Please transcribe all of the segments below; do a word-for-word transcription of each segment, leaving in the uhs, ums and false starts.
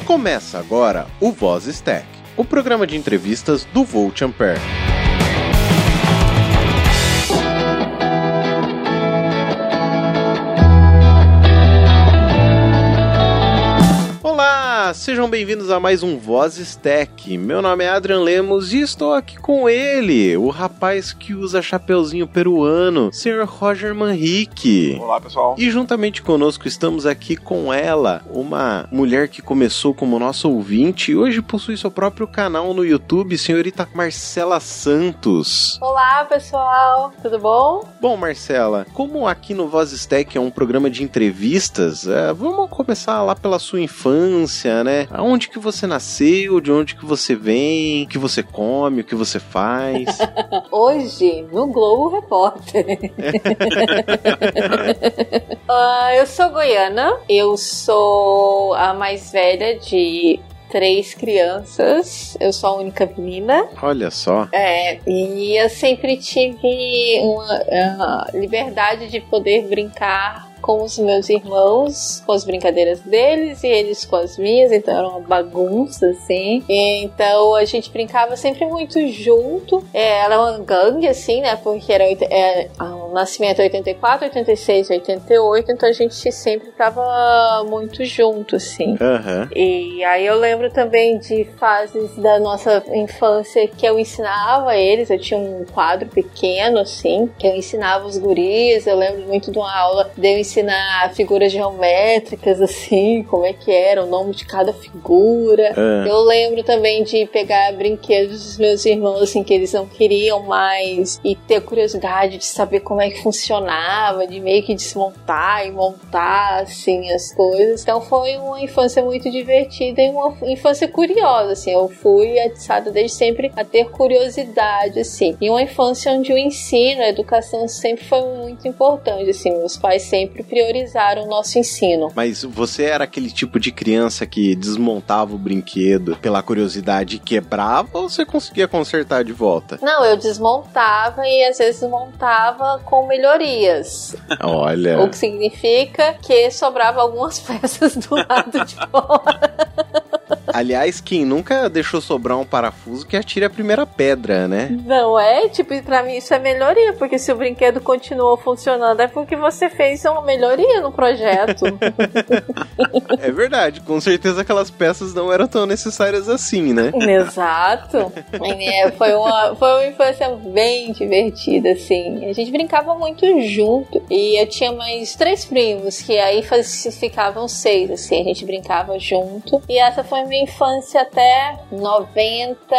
Começa agora o Vozes Tech, o programa de entrevistas do Volt Ampere. Olá, sejam bem-vindos a mais um Vozes Tech. Meu nome é Adrian Lemos e estou aqui com ele, o rapaz que usa chapeuzinho peruano, senhor Roger Manrique. Olá, pessoal. E juntamente conosco estamos aqui com ela, uma mulher que começou como nossa ouvinte e hoje possui seu próprio canal no YouTube, senhorita Marcela Santos. Olá, pessoal, tudo bom? Bom, Marcela, como aqui no Vozes Tech é um programa de entrevistas, é, vamos começar lá pela sua infância, né? Aonde que você nasceu, de onde que você vem, o que você come, o que você faz? Hoje, no Globo Repórter. uh, eu sou goiana, eu sou a mais velha de três crianças, eu sou a única menina. Olha só. É, e eu sempre tive uma, uma liberdade de poder brincar com os meus irmãos, com as brincadeiras deles e eles com as minhas, então era uma bagunça, assim. Então a gente brincava sempre muito junto. É, ela é uma gangue, assim, né? Porque era é, o nascimento é oitenta e quatro, oitenta e seis, oitenta e oito, então a gente sempre tava muito junto, assim. Uhum. E aí eu lembro também de fases da nossa infância que eu ensinava eles, eu tinha um quadro pequeno, assim, que eu ensinava os guris. Eu lembro muito de uma aula de eu ensinar figuras geométricas, assim, como é que era, o nome de cada figura. É. Eu lembro também de pegar brinquedos dos meus irmãos, assim, que eles não queriam mais e ter curiosidade de saber como é que funcionava, de meio que desmontar e montar, assim, as coisas. Então foi uma infância muito divertida e uma infância curiosa, assim. Eu fui atiçada desde sempre a ter curiosidade, assim. E uma infância onde o ensino, a educação sempre foi muito importante, assim. Meus pais sempre priorizaram o nosso ensino. Mas você era aquele tipo de criança que desmontava o brinquedo pela curiosidade e quebrava, ou você conseguia consertar de volta? Não, eu desmontava e às vezes montava com melhorias. Olha. O que significa que sobrava algumas peças do lado de fora. Aliás, quem nunca deixou sobrar um parafuso que atire a primeira pedra, né? Não é? Tipo, pra mim isso é melhoria, porque se o brinquedo continuou funcionando é porque você fez uma melhoria no projeto. É verdade, com certeza aquelas peças não eram tão necessárias assim, né? Exato. É, foi, uma, foi uma infância bem divertida, assim. A gente brincava muito junto e eu tinha mais três primos, que aí faz, ficavam seis, assim, a gente brincava junto. E essa foi a minha infância até noventa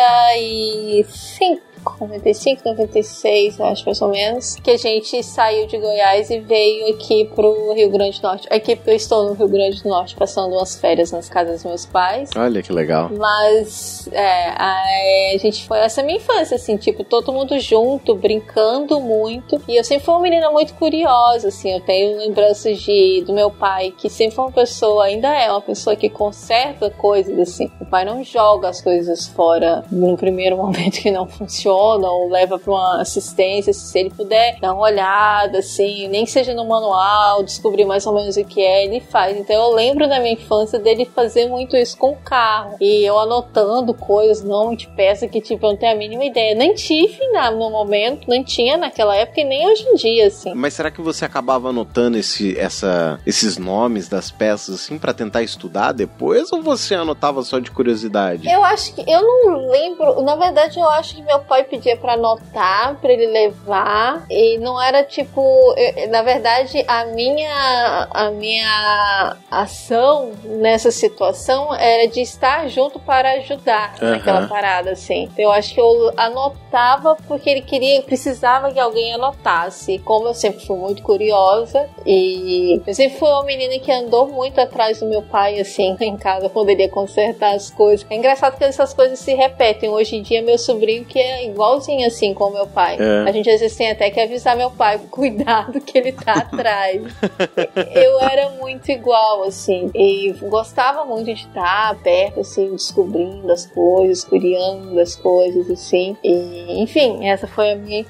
e cinco. noventa e cinco, noventa e seis, acho, mais ou menos, que a gente saiu de Goiás e veio aqui pro Rio Grande do Norte. Aqui eu estou no Rio Grande do Norte passando umas férias nas casas dos meus pais. Olha que legal. Mas é, a, a gente foi essa minha infância, assim, tipo, todo mundo junto, brincando muito. E eu sempre fui uma menina muito curiosa, assim. Eu tenho lembranças de, do meu pai, que sempre foi uma pessoa, ainda é uma pessoa que conserta coisas, assim. O pai não joga as coisas fora no primeiro momento que não funciona, ou leva para uma assistência, se ele puder dar uma olhada, assim, nem que seja no manual, descobrir mais ou menos o que é, ele faz. Então eu lembro da minha infância dele fazer muito isso com o carro, e eu anotando coisas, nome de peça que, tipo, eu não tenho a mínima ideia, nem tive no momento, nem tinha naquela época e nem hoje em dia, assim. Mas será que você acabava anotando esse, essa, esses nomes das peças, assim, para tentar estudar depois, ou você anotava só de curiosidade? Eu acho que, eu não lembro, na verdade eu acho que meu pai pedia pra anotar, pra ele levar, e não era tipo, eu, na verdade a minha a minha ação nessa situação era de estar junto para ajudar uhum. naquela parada, assim. Eu acho que eu anotava porque ele queria, precisava que alguém anotasse. Como eu sempre fui muito curiosa e eu sempre fui uma menina que andou muito atrás do meu pai, assim, em casa, quando ele ia consertar as coisas. É engraçado que essas coisas se repetem. Hoje em dia meu sobrinho, que é igualzinho assim com o meu pai. É. A gente às vezes tem até que avisar meu pai, cuidado que ele tá atrás. Eu era muito igual, assim, e gostava muito de estar perto, assim, descobrindo as coisas, curiando as coisas, assim, e enfim, essa foi a minha infância.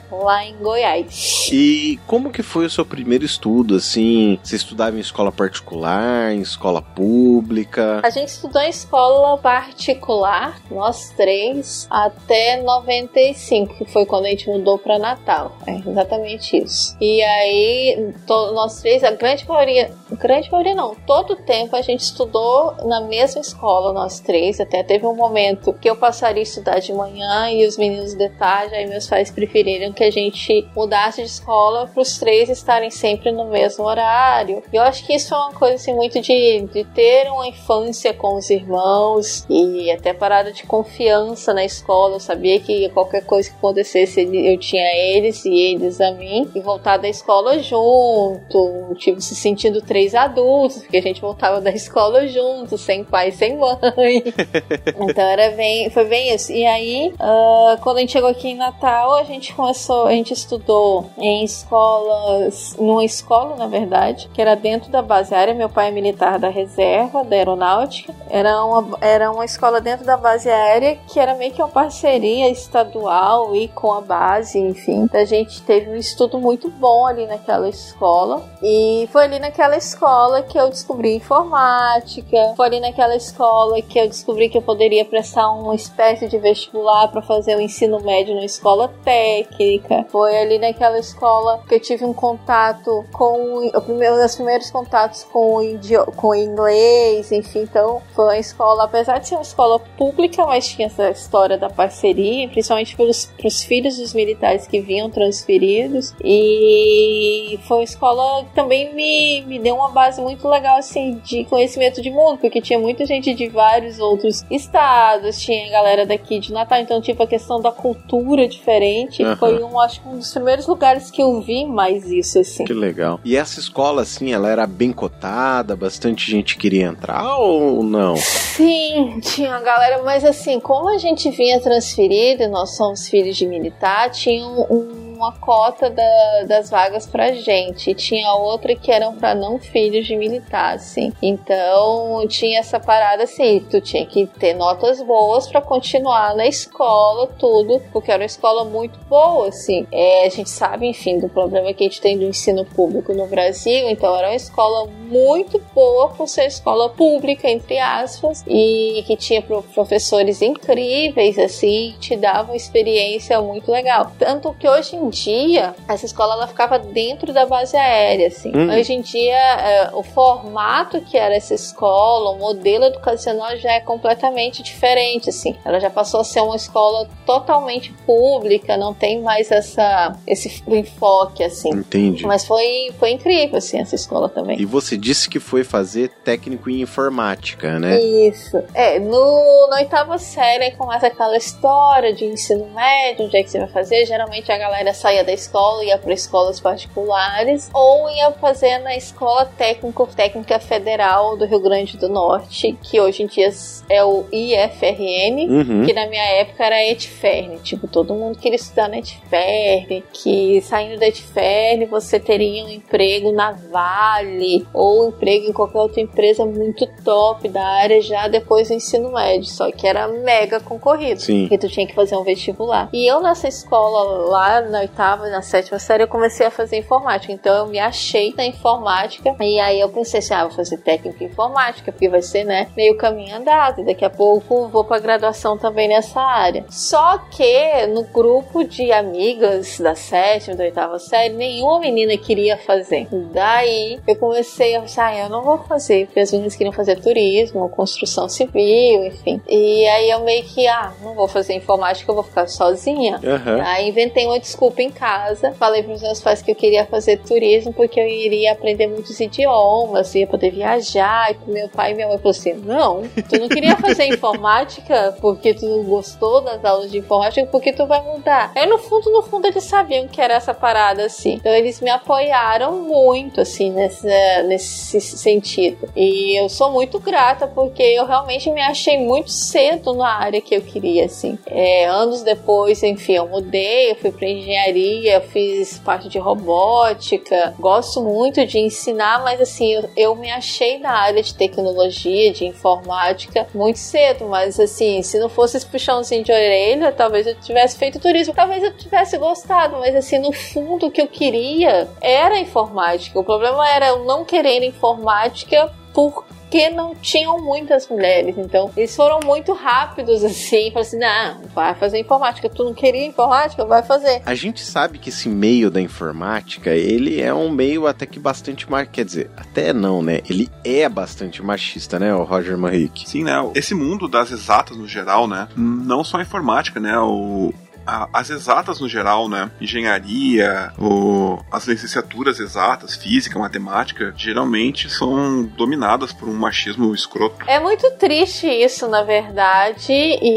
lá em Goiás. E como que foi o seu primeiro estudo, assim? Você estudava em escola particular, em escola pública? A gente estudou em escola particular, nós três, até noventa e cinco, que foi quando a gente mudou para Natal. É exatamente isso. E aí, to, nós três, a grande maioria, grande maioria não, todo o tempo a gente estudou na mesma escola, nós três. Até teve um momento que eu passaria a estudar de manhã e os meninos de tarde, aí meus pais preferiram que a gente mudasse de escola para os três estarem sempre no mesmo horário. E eu acho que isso é uma coisa assim, muito de, de ter uma infância com os irmãos e até parada de confiança na escola. Eu sabia que qualquer coisa que acontecesse eu tinha eles e eles a mim, e voltar da escola junto, tipo, se sentindo três adultos, porque a gente voltava da escola junto, sem pai, sem mãe. Então era bem, foi bem isso. E aí, uh, quando a gente chegou aqui em Natal, a gente começou, a gente estudou em escolas, numa escola, na verdade, que era dentro da base aérea. Meu pai é militar da reserva, da aeronáutica. Era uma, era uma escola dentro da base aérea, que era meio que uma parceria estadual e com a base, enfim. A gente teve um estudo muito bom ali naquela escola. E foi ali naquela escola que eu descobri informática. Foi ali naquela escola que eu descobri que eu poderia prestar uma espécie de vestibular para fazer o ensino médio na escola técnica. Foi ali naquela escola que eu tive um contato com o primeiro, os primeiros contatos com o, idio, com o inglês, enfim. Então foi uma escola, apesar de ser uma escola pública, mas tinha essa história da parceria, principalmente para os filhos dos militares que vinham transferidos. E foi uma escola que também me, me deu uma base muito legal assim de conhecimento de mundo, porque tinha muita gente de vários outros estados, tinha galera daqui de Natal, então tipo a questão da cultura diferente. Uhum. Foi um, acho que um dos primeiros lugares que eu vi mais isso, assim. Que legal. E essa escola, assim, ela era bem cotada, bastante gente queria entrar ou não? Sim, tinha uma galera, mas assim, como a gente vinha transferido, nós somos filhos de militar, tinha um, um uma cota da, das vagas pra gente, e tinha outra que eram pra não filhos de militar, assim. Então tinha essa parada assim, tu tinha que ter notas boas pra continuar na escola, tudo, porque era uma escola muito boa, assim. É, a gente sabe, enfim, do problema que a gente tem do ensino público no Brasil, então era uma escola muito boa por ser escola pública, entre aspas, e que tinha professores incríveis, assim, te dava uma experiência muito legal. Tanto que hoje em dia, essa escola ela ficava dentro da base aérea, assim. Hum. Hoje em dia, é, o formato que era essa escola, o modelo educacional já é completamente diferente, assim. Ela já passou a ser uma escola totalmente pública, não tem mais essa, esse enfoque, assim. Entendi. Mas foi, foi incrível, assim, essa escola também. E você disse que foi fazer técnico em informática, né? Isso. É, no, na oitava série começa aquela história de ensino médio, onde é que você vai fazer. Geralmente a galera saía da escola, ia para escolas particulares, ou ia fazer na Escola Técnico, Técnica Federal do Rio Grande do Norte, que hoje em dia é o I F R N, uhum. que na minha época era Etfern. Tipo, todo mundo queria estudar na Etfern, que saindo da Etfern você teria um emprego na Vale, ou um emprego em qualquer outra empresa muito top da área já depois do ensino médio, só que era mega concorrido. Sim. E tu tinha que fazer um vestibular. E eu nessa escola lá na oitava, na sétima série, eu comecei a fazer informática. Então eu me achei na informática. E aí eu pensei assim, ah, vou fazer técnico em informática, porque vai ser, né, meio caminho andado. E daqui a pouco vou pra graduação também nessa área. Só que no grupo de amigas da sétima, da oitava série, nenhuma menina queria fazer. Daí eu comecei a pensar, ah, eu não vou fazer, porque as meninas queriam fazer turismo, construção civil, enfim. E aí eu meio que, ah, não vou fazer informática, eu vou ficar sozinha. Uhum. Aí inventei uma desculpa em casa, falei pros meus pais que eu queria fazer turismo porque eu iria aprender muitos idiomas, ia poder viajar. E pro meu pai e minha mãe falou assim, não, tu não queria fazer informática porque tu não gostou das aulas de informática, porque tu vai mudar. Aí no fundo, no fundo eles sabiam que era essa parada, assim. Então eles me apoiaram muito, assim, nessa, nesse sentido. E eu sou muito grata porque eu realmente me achei muito cedo na área que eu queria, assim. É, anos depois, enfim, eu mudei, eu fui pra engenharia engenharia, eu fiz parte de robótica, gosto muito de ensinar, mas assim, eu, eu me achei na área de tecnologia, de informática, muito cedo, mas assim, se não fosse esse puxãozinho de orelha, talvez eu tivesse feito turismo, talvez eu tivesse gostado, mas assim, no fundo o que eu queria era informática. O problema era eu não querer informática porque não tinham muitas mulheres. Então, eles foram muito rápidos assim, falaram assim, não, vai fazer informática. Tu não queria informática? Vai fazer. A gente sabe que esse meio da informática, ele é um meio até que bastante machista. Quer dizer, até não, né? Ele é bastante machista, né, o Roger Manrique? Sim, né? Esse mundo das exatas no geral, né? Não só a informática, né? O... as exatas no geral, né? Engenharia, ou as licenciaturas exatas, física, matemática, geralmente são dominadas por um machismo escroto. É muito triste isso, na verdade,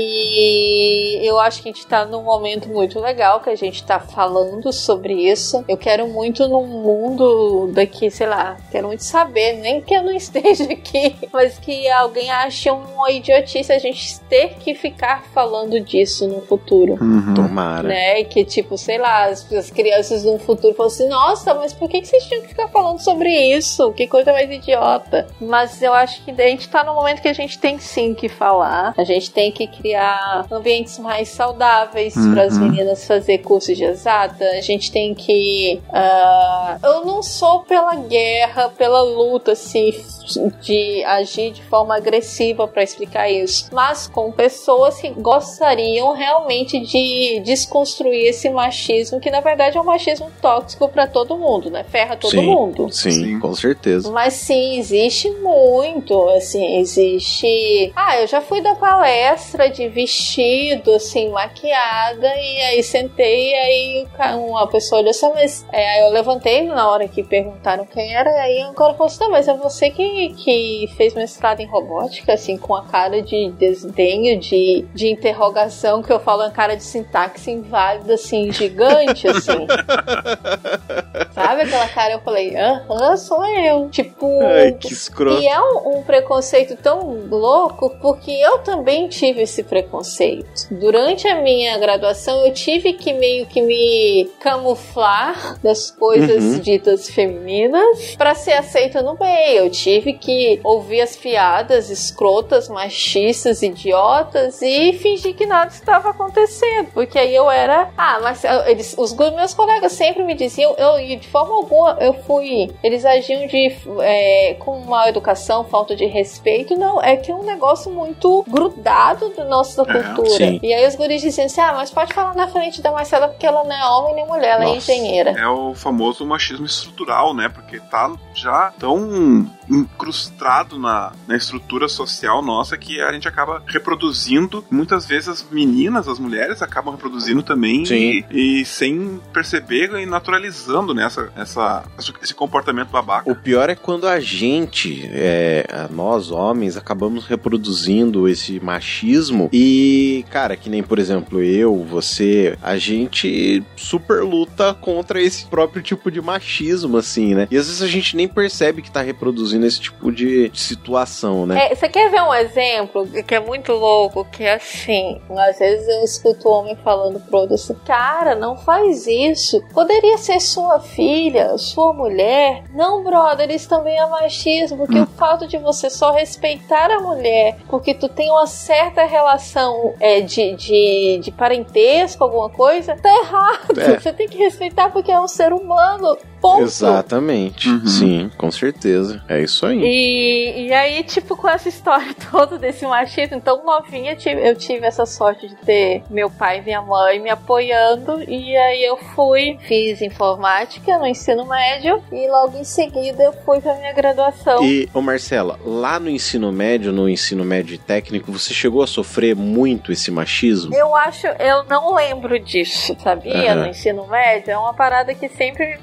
e eu acho que a gente tá num momento muito legal que a gente tá falando sobre isso. Eu quero muito num mundo daqui, sei lá, quero muito saber, nem que eu não esteja aqui, mas que alguém ache uma idiotice a gente ter que ficar falando disso no futuro. Uhum. Tomara. Né? Que tipo, sei lá, as, as crianças no futuro falam assim, nossa, mas por que, que vocês tinham que ficar falando sobre isso? Que coisa mais idiota. Mas eu acho que a gente tá no momento que a gente tem sim que falar. A gente tem que criar ambientes mais saudáveis uhum. para as meninas fazer cursos de exata. A gente tem que... Uh, eu não sou pela guerra, pela luta, assim, de agir de forma agressiva para explicar isso. Mas com pessoas que gostariam realmente de desconstruir esse machismo, que na verdade é um machismo tóxico pra todo mundo, né? Ferra todo sim, mundo. Sim, sim, com certeza. Mas sim, existe muito, assim, existe... Ah, eu já fui da palestra de vestido, assim, maquiada, e aí sentei, e aí uma pessoa olhou assim, mas... É, aí eu levantei na hora que perguntaram quem era, e aí o cara falou assim, não, mas é você que, que fez mestrado em robótica, assim, com a cara de desdenho, de, de interrogação, que eu falo, a cara de sintaxe inválida, assim, gigante, assim. Sabe aquela cara? Eu falei, aham, sou eu. Tipo... Ai, que escroto. E é um, um preconceito tão louco, porque eu também tive esse preconceito. Durante a minha graduação, eu tive que meio que me camuflar das coisas uhum. ditas femininas pra ser aceita no meio. Eu tive que ouvir as piadas escrotas, machistas, idiotas e fingir que nada estava acontecendo. Porque aí eu era... Ah, mas eles, os meus colegas sempre me diziam, eu, de forma alguma, eu fui... Eles agiam de, é, com má educação, falta de respeito. Não, é que é um negócio muito grudado da nossa cultura. É, e aí os guris diziam assim, ah, mas pode falar na frente da Marcela porque ela não é homem nem mulher, ela nossa. é engenheira. É o famoso machismo estrutural, né? Porque tá já tão incrustado na, na estrutura social nossa que a gente acaba reproduzindo. Muitas vezes as meninas, as mulheres acabam reproduzindo também e, e sem perceber e naturalizando, né, essa, essa, esse comportamento babaca. O pior é quando a gente, é, nós homens, acabamos reproduzindo esse machismo e, cara, que nem, por exemplo, eu, você, a gente super luta contra esse próprio tipo de machismo, assim, né? E às vezes a gente nem percebe que tá reproduzindo esse tipo de situação, né? É, você quer ver um exemplo que é muito louco? Que é assim, às vezes eu escuto o homem falando pro outro assim, cara, não faz isso. Poderia ser sua filha, sua mulher. Não, brother, isso também é machismo, porque hum. o fato de você só respeitar a mulher porque tu tem uma certa relação é, de, de, de parentesco, alguma coisa, tá errado. É. Você tem que respeitar porque é um ser humano. Ponto. Exatamente. Uhum. Sim, com certeza. É isso aí. E, e aí, tipo, com essa história toda desse machismo, então novinha eu tive essa sorte de ter meu pai e minha mãe me apoiando, e aí eu fui, fiz informática no ensino médio, e logo em seguida eu fui pra minha graduação. E, ô Marcela, lá no ensino médio, no ensino médio técnico, você chegou a sofrer muito esse machismo? Eu acho, eu não lembro disso, sabia? Uhum. No ensino médio, é uma parada que sempre me perguntam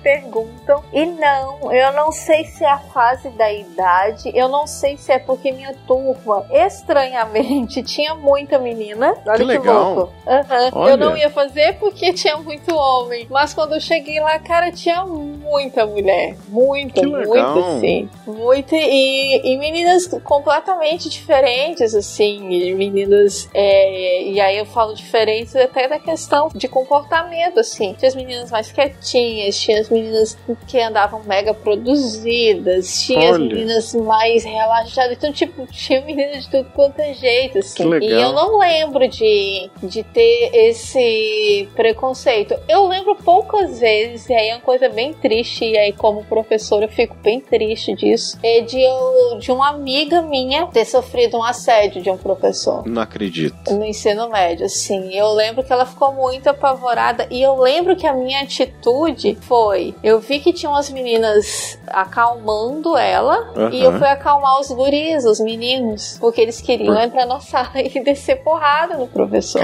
perguntam. E não, eu não sei se é a fase da idade, eu não sei se é porque minha turma, estranhamente, tinha muita menina. Olha que, que legal. louco. Uhum. Eu não ia fazer porque tinha muito homem. Mas quando eu cheguei lá, cara, tinha muita mulher. Muita, muita, assim. Muita. E, e meninas completamente diferentes, assim. Meninas. É, e aí eu falo diferentes até da questão de comportamento, assim. Tinha as meninas mais quietinhas, tinha as meninas que andavam mega produzidas, tinha Olha. as meninas mais relaxadas. Então, tipo, tinha meninas de tudo quanto é jeito, assim. E eu não lembro de, de ter esse preconceito. Eu lembro poucas vezes, e aí é uma coisa bem triste, e aí como professora eu fico bem triste disso, é de, eu, de uma amiga minha ter sofrido um assédio de um professor. Não acredito. No ensino médio, assim. Eu lembro que ela ficou muito apavorada, e eu lembro que a minha atitude foi, eu vi que tinha umas meninas acalmando ela, uhum. e eu fui acalmar os guris, os meninos, porque eles queriam Por... entrar na sala e descer porrada no professor.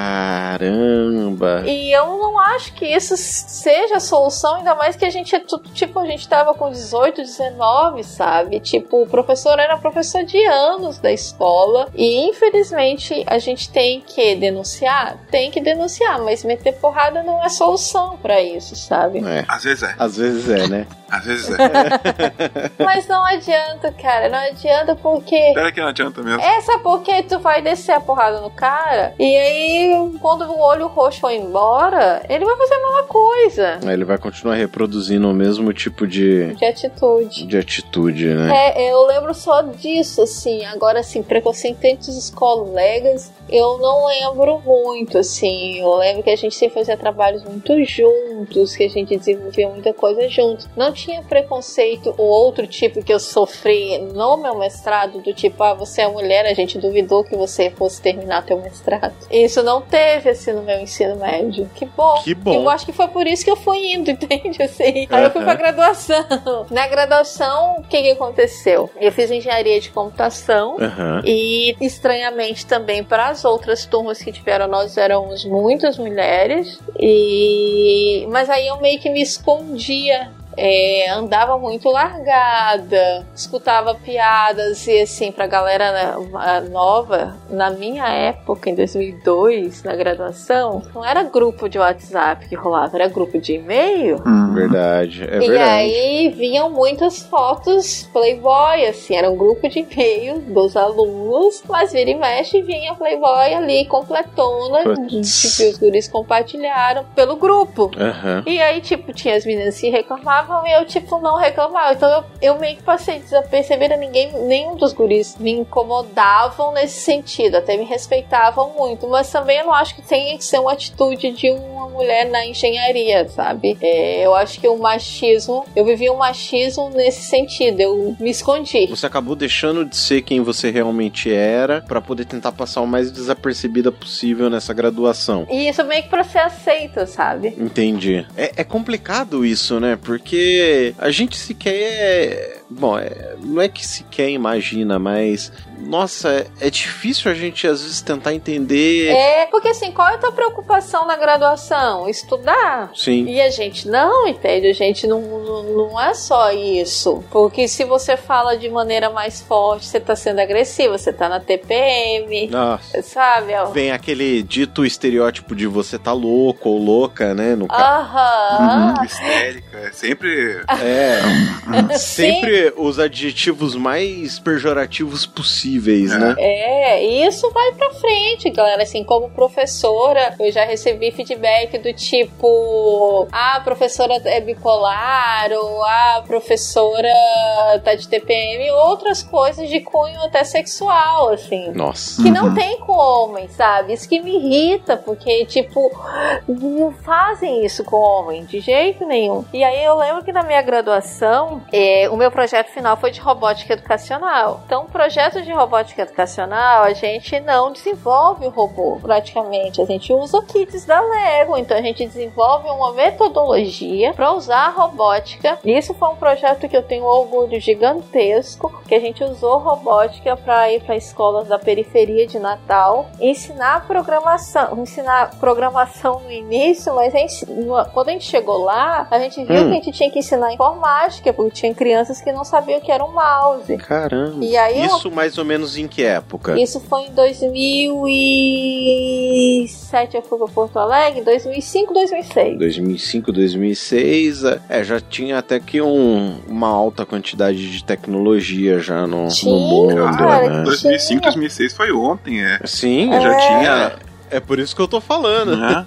Caramba! E eu não acho que isso seja a solução, ainda mais que a gente é tudo, tipo, a gente tava com dezoito, dezenove, sabe? Tipo, o professor era professor de anos da escola, e infelizmente a gente tem que denunciar, tem que denunciar, mas meter porrada não é solução pra isso, sabe? É. Às vezes é. Às vezes é, né? Às vezes é. Mas não adianta, cara, não adianta porque... Pera que não adianta mesmo. É, sabe por quê? Tu vai descer a porrada no cara, e aí, quando o olho roxo for embora, ele vai fazer a mesma coisa. Ele vai continuar reproduzindo o mesmo tipo de... De atitude. De atitude, né? É, eu lembro só disso, assim. Agora, assim, preconceito entre os colegas, eu não lembro muito, assim. Eu lembro que a gente sempre fazia trabalhos muito juntos, que a gente desenvolvia muita coisa juntos. Não tinha preconceito ou outro tipo que eu sofri no meu mestrado, do tipo, ah, você é mulher, a gente duvidou que você fosse terminar teu mestrado. Isso não teve, assim, no meu ensino médio. Que bom. Que bom. Eu acho que foi por isso que eu fui indo, entende? Assim. Aí eu fui pra graduação. Na graduação, o que que aconteceu? Eu fiz engenharia de computação uhum. e, estranhamente, também para as outras turmas que tiveram, nós éramos muitas mulheres, e... mas aí eu meio que me escondia. É, andava muito largada, escutava piadas, e assim, pra galera nova, na minha época, em dois mil e dois, na graduação, não era grupo de WhatsApp que rolava, era grupo de e-mail. Hum, verdade, é e verdade. aí vinham muitas fotos Playboy, assim, era um grupo de e-mail dos alunos, mas vira e mexe vinha Playboy ali, completona, que os guris compartilharam pelo grupo. Uhum. E aí, tipo, tinha as meninas que reclamavam, e eu, tipo, não reclamava. Então eu, eu meio que passei desapercebida. Ninguém, nenhum dos guris me incomodavam nesse sentido, até me respeitavam muito, mas também eu não acho que tenha que ser uma atitude de uma mulher na engenharia, sabe? É, eu acho que o machismo, eu vivi um machismo nesse sentido, eu me escondi. Você acabou deixando de ser quem você realmente era pra poder tentar passar o mais desapercebida possível nessa graduação. E isso meio que pra ser aceito, sabe? Entendi. É, é complicado isso, né? Porque a gente sequer... Bom, é, não é que sequer imagina, mas... Nossa, é, é difícil a gente às vezes tentar entender... É, porque assim, qual é a tua preocupação na graduação? Estudar? Sim. E a gente não, entende? A gente não, não, não é só isso. Porque se você fala de maneira mais forte, você tá sendo agressiva, você tá na T P M. Nossa. Sabe? Vem aquele dito estereótipo de você tá louco ou louca, né? No Aham. Uhum. Histérica. É sempre... É. Sempre os adjetivos mais pejorativos possíveis, né? É, e isso vai pra frente, galera. Assim, como professora, eu já recebi feedback do tipo, ah, a professora é bipolar, ou ah, a professora tá de T P M, outras coisas de cunho até sexual, assim. Nossa. Que não uhum. tem com homem, sabe? Isso que me irrita, porque, tipo, não fazem isso com homem, de jeito nenhum. E aí eu lembro que na minha graduação, é, o meu projeto final foi de robótica educacional. Então, o projeto de robótica educacional, a gente não desenvolve o robô, praticamente. A gente usa kits da Lego, então a gente desenvolve uma metodologia para usar a robótica. E isso foi um projeto que eu tenho um orgulho gigantesco, que a gente usou robótica para ir para escolas da periferia de Natal, ensinar programação, ensinar programação no início, mas a gente, quando a gente chegou lá, a gente viu hum. que a gente tinha que ensinar informática, porque tinha crianças que não sabiam o que era um mouse. Caramba. E aí Isso eu... mais ou menos em que época? Isso foi em dois mil e sete, eu fui pra Porto Alegre, dois mil e cinco, dois mil e seis. dois mil e cinco, dois mil e seis, é, já tinha até que um, uma alta quantidade de tecnologia já no, tinha, no mundo, cara, né? dois mil e cinco, dois mil e seis foi ontem, é. Sim, é. já tinha. É por isso que eu tô falando. Né?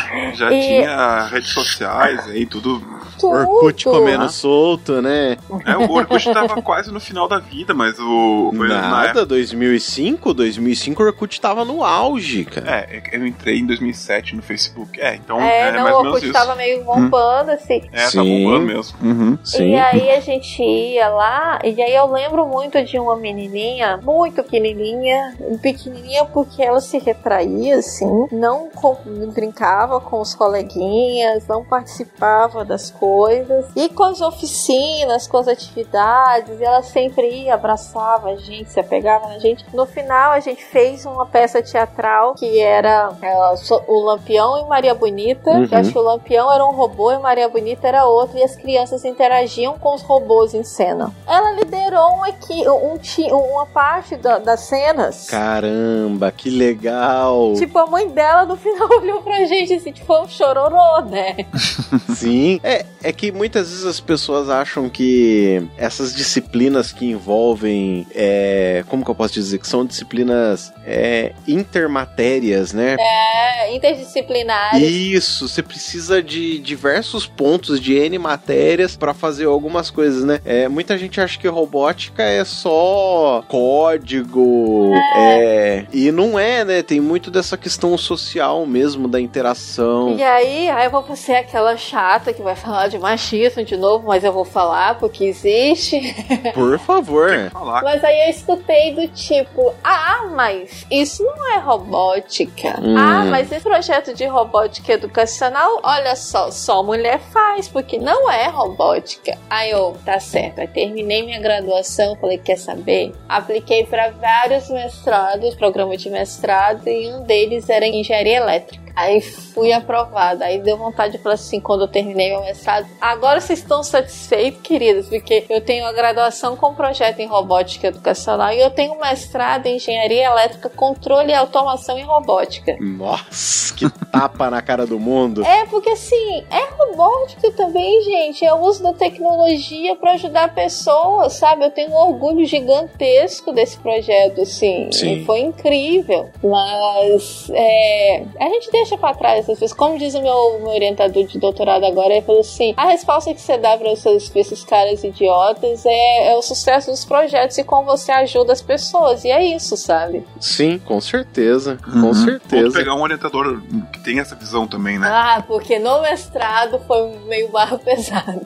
Já E... tinha redes sociais aí, tudo. Tudo. Orkut comendo ah. solto, né? É, o Orkut tava quase no final da vida, mas o... Foi Nada, dois mil e cinco, dois mil e cinco o Orkut tava no auge, cara. É, eu entrei em dois mil e sete no Facebook. É, então é, é não, mais o ou menos Orkut isso. tava meio bombando, hum. assim. É, Sim. tá bombando mesmo. Uhum. Sim. E aí a gente ia lá, e aí eu lembro muito de uma menininha, muito pequenininha, pequenininha porque ela se retraía, assim, não com, brincava com os coleguinhas, não participava das coisas, e com as oficinas, com as atividades, ela sempre ia, abraçava a gente, se apegava na gente. No final a gente fez uma peça teatral que era uh, o Lampião e Maria Bonita. Uhum. Eu acho que o Lampião era um robô e Maria Bonita era outro, e as crianças interagiam com os robôs em cena. Ela liderou um equi- um, uma parte da, das cenas. Caramba, que legal! Tipo, a mãe dela no final olhou pra gente assim, tipo, um chororô, né? Sim, é, é que muitas vezes as pessoas acham que essas disciplinas que envolvem, é, como que eu posso dizer, que são disciplinas é, intermatérias, né? É, interdisciplinares. Isso, você precisa de diversos pontos de N matérias pra fazer algumas coisas, né? É, muita gente acha que robótica é só código, é. É, e não é, né? Tem muito dessa questão social mesmo, da interação. E aí, aí eu vou ser aquela chata que vai falar de machismo de novo, mas eu vou falar porque existe. Por favor. Tem que falar. Mas aí eu escutei do tipo, ah, mas isso não é robótica. Hum. Ah, mas esse projeto de robótica educacional, olha só, só mulher faz, porque não é robótica. Aí eu, tá certo, aí terminei minha graduação, falei, quer saber? Apliquei para vários mestrados, programa de mestrado, e um deles era em engenharia elétrica. Aí fui aprovada. Aí deu vontade de falar assim, quando eu terminei meu mestrado, agora vocês estão satisfeitos, queridas? Porque eu tenho a graduação com projeto em robótica educacional e eu tenho um mestrado em engenharia elétrica, controle e automação em robótica. Nossa, que tapa na cara do mundo. É, porque assim, é robótica também, gente. É o uso da tecnologia para ajudar pessoas, sabe? Eu tenho um orgulho gigantesco desse projeto, assim. Sim. E foi incrível. Mas, é, a gente deixa pra trás essas coisas. Como diz o meu, meu orientador de doutorado agora, ele falou assim, a resposta que você dá pra esses, pra esses caras idiotas é, é o sucesso dos projetos e como você ajuda as pessoas. E é isso, sabe? Sim, com certeza. Uhum. Com certeza. Vou pegar um orientador que tem essa visão também, né? Ah, porque no mestrado foi meio barro pesado.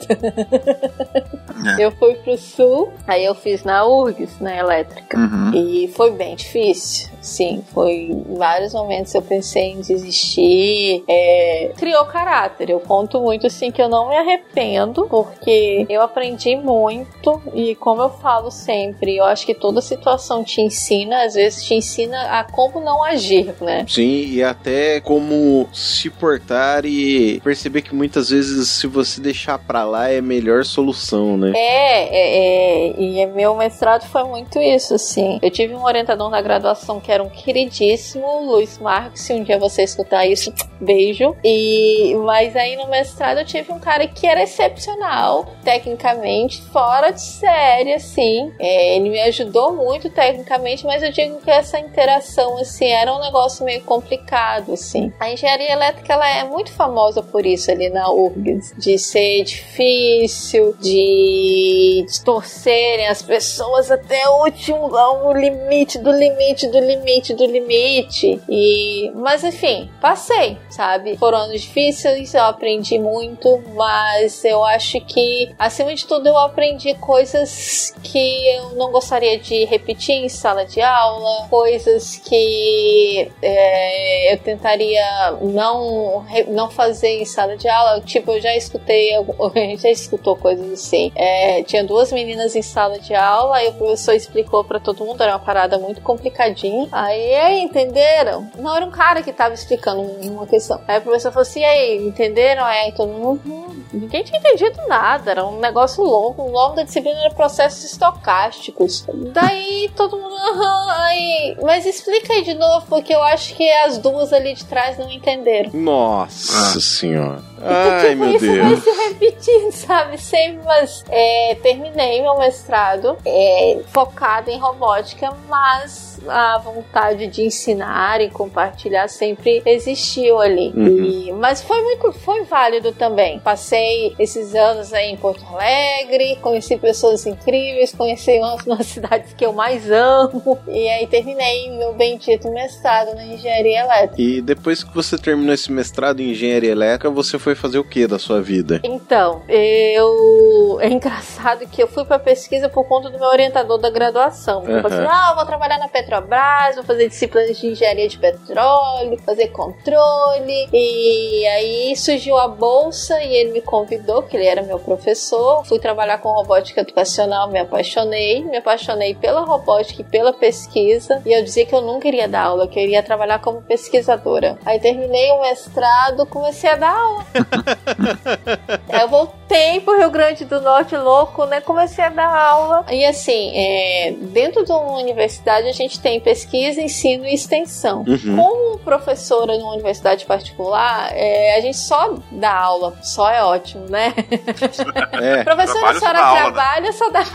É. Eu fui pro sul, aí eu fiz na U R G S, na elétrica. Uhum. E foi bem difícil. Sim, foi em vários momentos eu pensei em desistir. É, criou caráter. Eu conto muito assim que eu não me arrependo, porque eu aprendi muito. E como eu falo sempre, eu acho que toda situação te ensina, às vezes te ensina a como não agir, né? Sim, e até como se portar e perceber que muitas vezes se você deixar pra lá é a melhor solução, né? É, é, é, e meu mestrado foi muito isso, assim. Eu tive um orientador na graduação que era um queridíssimo, Luiz Marcos, se um dia você escutar isso, beijo. E, mas aí no mestrado eu tive um cara que era excepcional, tecnicamente, fora de série, assim. É, ele me ajudou muito tecnicamente, mas eu digo que essa interação, assim, era um negócio meio complicado, assim. A engenharia elétrica, ela é muito famosa por isso ali na U R G S, de ser difícil, de distorcerem as pessoas até o último, o limite do limite do limite do limite. E, mas enfim, passei, sabe? Foram anos difíceis, eu aprendi muito, mas eu acho que, acima de tudo, eu aprendi coisas que eu não gostaria de repetir em sala de aula, coisas que é, eu tentaria não, não fazer em sala de aula. Tipo, eu já escutei, a gente já escutou coisas assim. É, tinha duas meninas em sala de aula, aí o professor explicou pra todo mundo, era uma parada muito complicadinha. Aí, aí, entenderam? Não, era um cara que tava explicando uma questão. Aí o professor falou assim, e aí, entenderam? Aí todo mundo, hum, ninguém tinha entendido nada, era um negócio longo. O nome da disciplina era processos estocásticos. Daí todo mundo, aham, aí, mas explica aí de novo, porque eu acho que as duas ali de trás não entenderam. Nossa ah. senhora. Então, Ai, tipo, meu isso Deus. vai se repetindo, sabe? Sempre, mas é, terminei meu mestrado é, focado em robótica, mas a vontade de ensinar e compartilhar sempre existiu ali. Uhum. E, mas foi muito, foi válido também. Passei esses anos aí em Porto Alegre, conheci pessoas incríveis, conheci uma das cidades que eu mais amo, e aí terminei meu bendito mestrado na engenharia elétrica. E depois que você terminou esse mestrado em engenharia elétrica, você foi fazer o que da sua vida? Então, eu... é engraçado que eu fui pra pesquisa por conta do meu orientador da graduação. Uhum. Eu falei assim, ah, eu vou trabalhar na Petrobras, vou fazer disciplinas de engenharia de petróleo, fazer controle, e aí surgiu a bolsa e ele me convidou, porque ele era meu professor. Fui trabalhar com robótica educacional, me apaixonei, me apaixonei pela robótica e pela pesquisa, e eu dizia que eu nunca iria dar aula, que eu iria trabalhar como pesquisadora. Aí terminei o mestrado, comecei a dar aula. Aí eu voltei pro Rio Grande do Norte louco, né? Comecei a dar aula. E assim, é, dentro de uma universidade a gente tem pesquisa, ensino e extensão. Uhum. Como professora numa universidade particular, é, a gente só dá aula. Só é ótimo, né? É. Professora, a senhora aula, trabalha, né? Só dá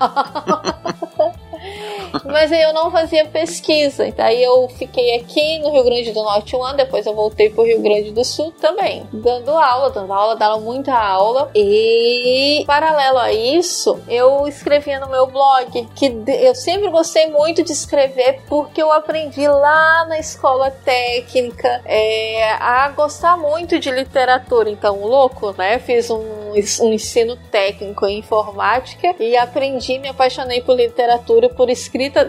aula. Mas aí eu não fazia pesquisa. Daí eu fiquei aqui no Rio Grande do Norte um ano, depois eu voltei pro Rio Grande do Sul também, dando aula, dando aula, dando muita aula. E paralelo a isso, eu escrevia no meu blog, que eu sempre gostei muito de escrever, porque eu aprendi lá na escola técnica é, a gostar muito de literatura. Então, louco, né? Fiz um, um ensino técnico em informática e aprendi, me apaixonei por literatura, por escrita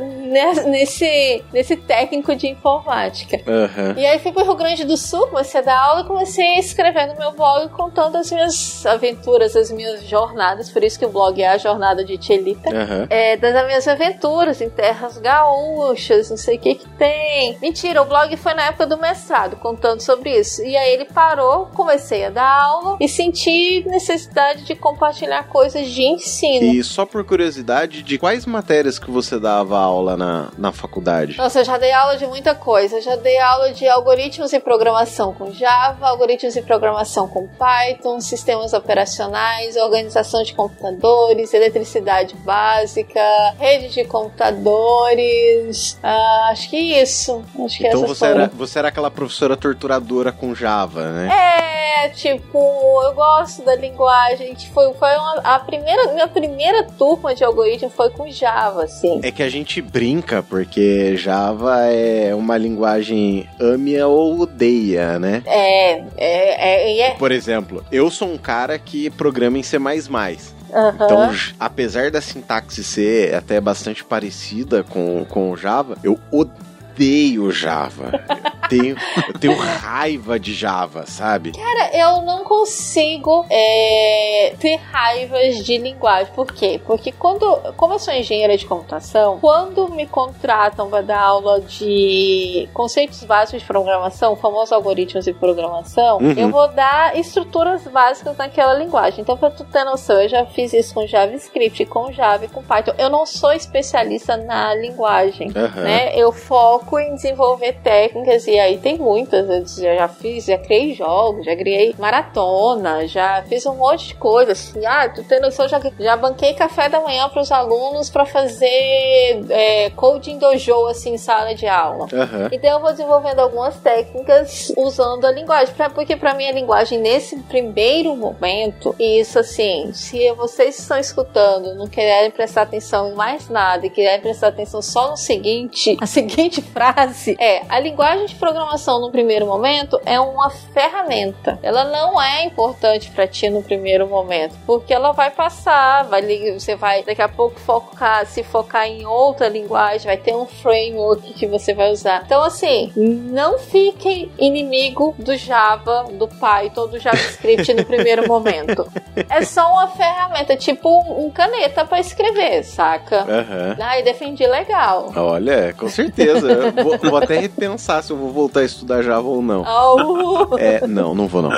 nesse, nesse técnico de informática. Uhum. E aí fui pro Rio Grande do Sul, comecei a dar aula e comecei a escrever no meu blog contando as minhas aventuras, as minhas jornadas, por isso que o blog é a jornada de Tchelita, uhum. é, das minhas aventuras em terras gaúchas, não sei o que que tem. Mentira, o blog foi na época do mestrado, contando sobre isso. E aí ele parou, comecei a dar aula e senti necessidade de compartilhar coisas de ensino. E só por curiosidade, de quais matérias que você dava aula na, na faculdade? Nossa, eu já dei aula de muita coisa. Eu já dei aula de algoritmos e programação com Java, algoritmos e programação com Python, sistemas operacionais, organização de computadores, eletricidade básica, rede de computadores. Ah, acho que isso. Acho que então essas você foram. era, você era aquela professora torturadora com Java, né? É, tipo, eu gosto da linguagem. Foi, foi uma, a primeira, minha primeira turma de algoritmo foi com Java, assim. É que a gente brinca, porque Java é uma linguagem ame ou odeia, né? É, é, é, é. Por exemplo, eu sou um cara que programa em C mais mais. Uhum. Então, apesar da sintaxe ser até bastante parecida com, com o Java, eu odeio Java. Eu tenho, eu tenho raiva de Java, sabe? Cara, eu não consigo é, ter raivas de linguagem. Por quê? Porque quando, como eu sou engenheira de computação, quando me contratam para dar aula de conceitos básicos de programação, famosos algoritmos de programação, uhum. eu vou dar estruturas básicas naquela linguagem. Então, pra tu ter noção, eu já fiz isso com JavaScript, com Java e com Python. Eu não sou especialista na linguagem, uhum. né? Eu foco em desenvolver técnicas e aí tem muitas. Eu já fiz, já criei jogos, já criei maratona, já fiz um monte de coisa. Assim, ah, tu tem noção, já, já banquei café da manhã para os alunos para fazer é, coding dojo, assim, em sala de aula. Uhum. Então eu vou desenvolvendo algumas técnicas usando a linguagem, pra, porque para mim a linguagem nesse primeiro momento, e isso assim, se vocês estão escutando, não querem prestar atenção em mais nada e querem prestar atenção só no seguinte, a seguinte frase é, a linguagem de programação no primeiro momento é uma ferramenta. Ela não é importante pra ti no primeiro momento, porque ela vai passar, vai, você vai daqui a pouco focar, se focar em outra linguagem, vai ter um framework que você vai usar. Então, assim, não fique inimigo do Java, do Python, do JavaScript no primeiro momento. É só uma ferramenta, tipo um caneta pra escrever, saca? Uhum. Ai, defendi legal. Olha, com certeza. Eu vou, vou até repensar se eu vou voltar a estudar Java ou não. Oh. É, não, não vou não.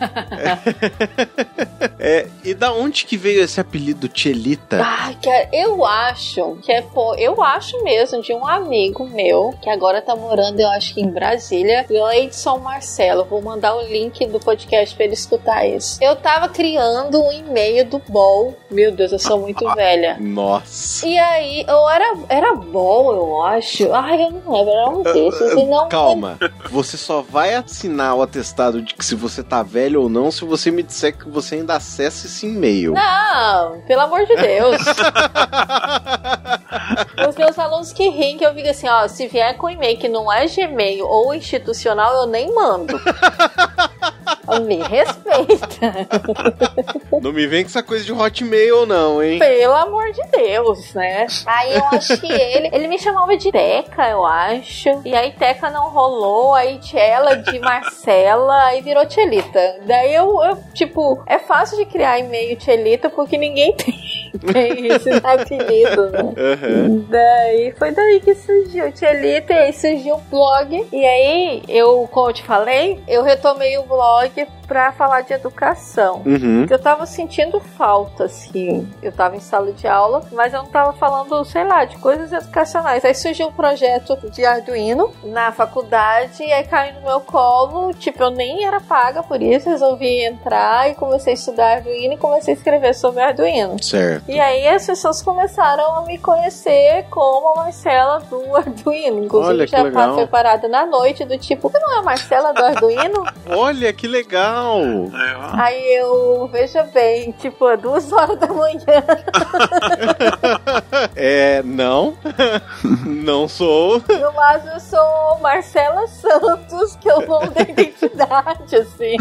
É, e da onde que veio esse apelido Tchelita? Ah, cara, eu acho que é pô, eu acho mesmo de um amigo meu que agora tá morando, eu acho que em Brasília, Leidson Marcelo. Vou mandar o link do podcast pra ele escutar isso. Eu tava criando um e-mail do B O L. Meu Deus, eu sou muito velha. Nossa. E aí, eu era, era B O L, eu acho. Ai, eu não lembro, era um desses. E não... Calma, você só vai assinar o atestado de que se você tá velho ou não se você me disser que você ainda acessa esse e-mail. Não, pelo amor de Deus. Os meus alunos que riem, que eu digo assim, ó, se vier com e-mail que não é Gmail ou institucional, eu nem mando. Me respeita. Não me vem com essa coisa de Hotmail não, hein? Pelo amor de Deus, né? Aí eu acho que ele, ele me chamava de Teca, eu acho. E aí Teca não rolou, aí Tchela de Marcela, aí virou Tchelita. Daí eu, eu, tipo, é fácil de criar e-mail Tchelita porque ninguém tem, tem esse apelido, né? Uhum. Daí foi daí que surgiu Tchelita, e aí surgiu o blog. E aí eu, como eu te falei, eu retomei o blog pra falar de educação. Uhum. Eu tava sentindo falta, assim. Eu tava em sala de aula, mas eu não tava falando, sei lá, de coisas educacionais. Aí surgiu um projeto de Arduino na faculdade, e aí caiu no meu colo. Tipo, eu nem era paga por isso, resolvi entrar e comecei a estudar Arduino e comecei a escrever sobre Arduino. Certo. E aí as pessoas começaram a me conhecer como a Marcela do Arduino. Inclusive, olha, que já legal. foi parada na noite do tipo, você não é a Marcela do Arduino? Olha, que legal! Aí eu, veja bem, tipo, é duas horas da manhã. É, não. Não sou. No máximo, eu sou Marcela Santos, que eu não tenho identidade, assim,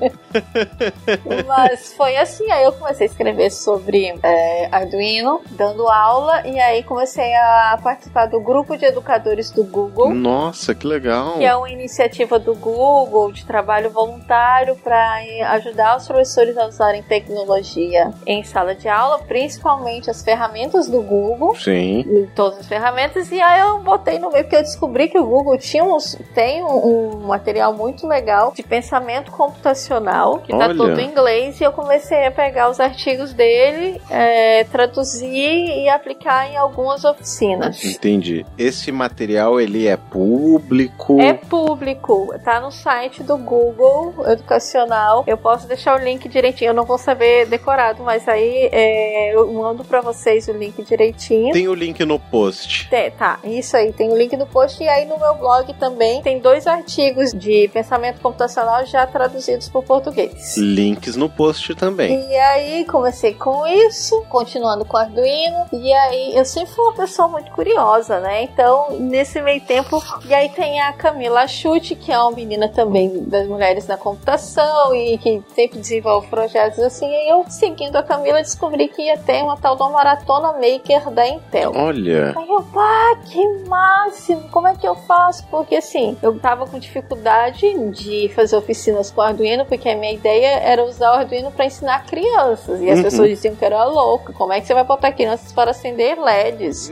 né? Mas foi assim, aí eu comecei a escrever sobre é, Arduino, dando aula, e aí comecei a participar do grupo de educadores do Google. Nossa, que legal! Que é uma iniciativa do Google de trabalho voluntário para ajudar os professores a usarem tecnologia em sala de aula, principalmente as ferramentas do Google. Sim. Todas as ferramentas. E aí eu botei no meio, porque eu descobri que o Google tinha uns, tem um, um material muito legal de pensamento computacional, que tá todo em inglês, e eu comecei a pegar os artigos dele, é, traduzir e aplicar em algumas oficinas. Entendi. Esse material, ele é público? É público. Tá no site do Google Educacional. Eu posso deixar o link direitinho. Eu não vou saber decorado, mas aí é, eu mando pra vocês o link direitinho. Tem o link no post. Tem, tá, isso aí. Tem o link no post. E aí no meu blog também tem dois artigos de pensamento computacional já traduzidos para o português. Links no post também. E aí comecei com isso, continuando com Arduino. E aí eu sempre fui uma pessoa muito curiosa, né? Então, nesse meio tempo... E aí tem a Camila Chute, que é uma menina também das mulheres na computação e que sempre desenvolve projetos assim. E eu, seguindo a Camila, descobri que ia ter uma tal de uma maratona maker da Intel. Olha! Aí eu, pá, que máximo! Como é que eu faço? Porque assim, eu tava com dificuldade de fazer oficinas com Arduino, porque a minha ideia era usar o Arduino para ensinar crianças. E as uhum. pessoas diziam que eu era louca. Como é que você vai botar crianças para acender L E Ds?